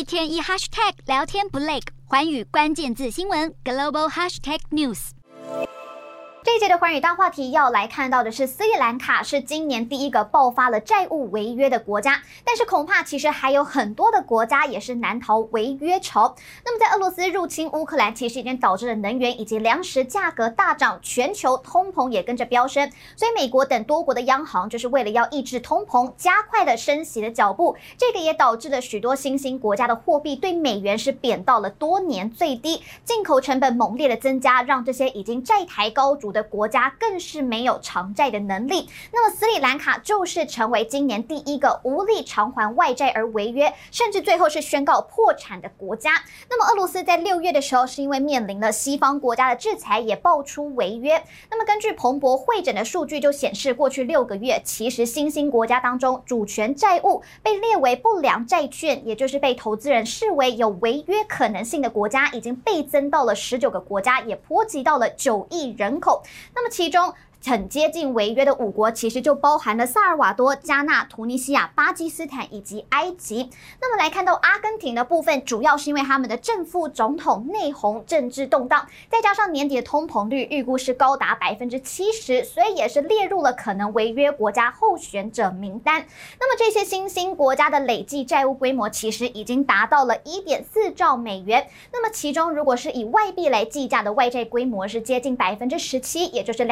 天一 hashtag 聊天不累，寰宇关键字新闻 global hashtag news。 这一节的寰宇大话题要来看到的是，斯里兰卡是今年第一个爆发了债务违约的国家，但是恐怕其实还有很多的国家也是难逃违约潮。那么在俄罗斯入侵乌克兰，其实已经导致了能源以及粮食价格大涨，全球通膨也跟着飙升，所以美国等多国的央行就是为了要抑制通膨，加快了升息的脚步，这个也导致了许多新兴国家的货币对美元是贬到了多年最低，进口成本猛烈的增加，让这些已经债台高筑的国家更是没有偿债的能力。那么斯里兰卡就是成为今年第一个无力偿还外债而违约，甚至最后是宣告破产的国家。那么俄罗斯在6月的时候是因为面临了西方国家的制裁，也爆出违约。那么根据彭博会诊的数据就显示，过去6个月其实新兴国家当中主权债务被列为不良债券，也就是被投资人视为有违约可能性的国家，已经倍增到了19个国家，也波及到了9亿人口。那么其中很接近违约的5国，其实就包含了萨尔瓦多、加纳、突尼西亚、巴基斯坦以及埃及。那么来看到阿根廷的部分，主要是因为他们的正副总统内讧，政治动荡，再加上年底的通膨率预估是高达70%，所以也是列入了可能违约国家候选者名单。那么这些新兴国家的累计债务规模其实已经达到了1.4兆美元。那么其中如果是以外币来计价的外债规模是接近17%，也就是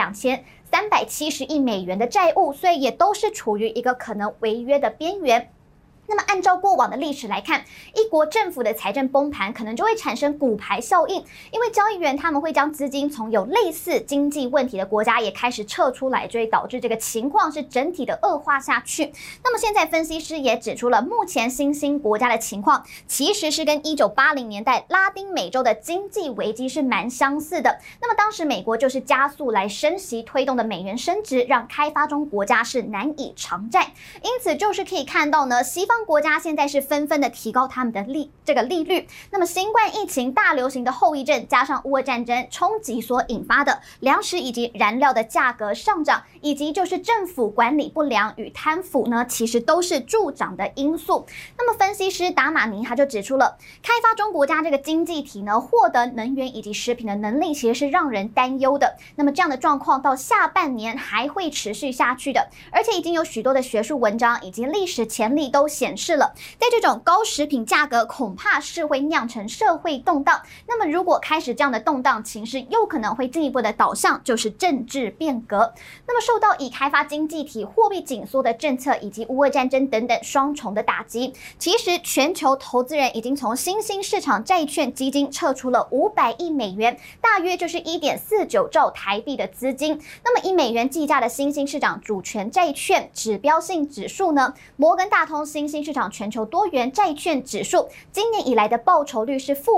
2370亿美元的债务，所以也都是处于一个可能违约的边缘。那么按照过往的历史来看，一国政府的财政崩盘可能就会产生骨牌效应，因为交易员他们会将资金从有类似经济问题的国家也开始撤出来，就会导致这个情况是整体的恶化下去。那么现在分析师也指出了，目前新兴国家的情况其实是跟1980年代拉丁美洲的经济危机是蛮相似的。那么当时美国就是加速来升息推动的美元升值，让开发中国家是难以偿债。因此就是可以看到呢，西方国家现在是纷纷的提高他们的利率。那么新冠疫情大流行的后遗症，加上乌俄战争冲击所引发的粮食以及燃料的价格上涨，以及就是政府管理不良与贪腐呢，其实都是助长的因素。那么分析师达马尼他就指出了，开发中国家这个经济体呢，获得能源以及食品的能力其实是让人担忧的。那么这样的状况到下半年还会持续下去的，而且已经有许多的学术文章以及历史前例都显示了，在这种高食品价格恐怕是会酿成社会动荡。那么如果开始这样的动荡情势，又可能会进一步的导向就是政治变革。那么受到已开发经济体货币紧缩的政策以及乌俄战争等等双重的打击，其实全球投资人已经从新兴市场债券基金撤出了500亿美元，大约就是1.49兆台币的资金。那么以美元计价的新兴市场主权债券指标性指数呢，摩根大通新兴市场全球多元债券指数今年以来的报酬率是负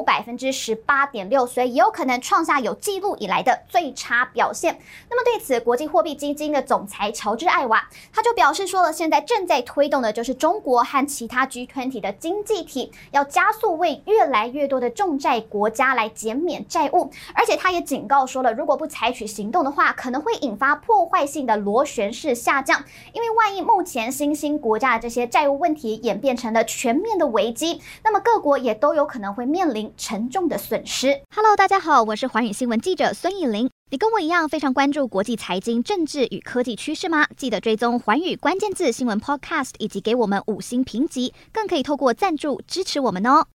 18.6%，所以也有可能创下有记录以来的最差表现。那么对此，国际货币基金的总裁乔治艾娃他就表示说了，现在正在推动的就是中国和其他 G20 的经济体要加速为越来越多的重债国家来减免债务，而且他也警告说了，如果不采取行动的话，可能会引发破坏性的螺旋式下降，因为万一目前新兴国家的这些债务问题演变成了全面的危机，那么各国也都有可能会面临沉重的损失。 Hello， 大家好，我是寰宇新闻记者孙艺玲。你跟我一样非常关注国际财经、政治与科技趋势吗？记得追踪寰宇关键字新闻 Podcast， 以及给我们5星评级，更可以透过赞助支持我们哦。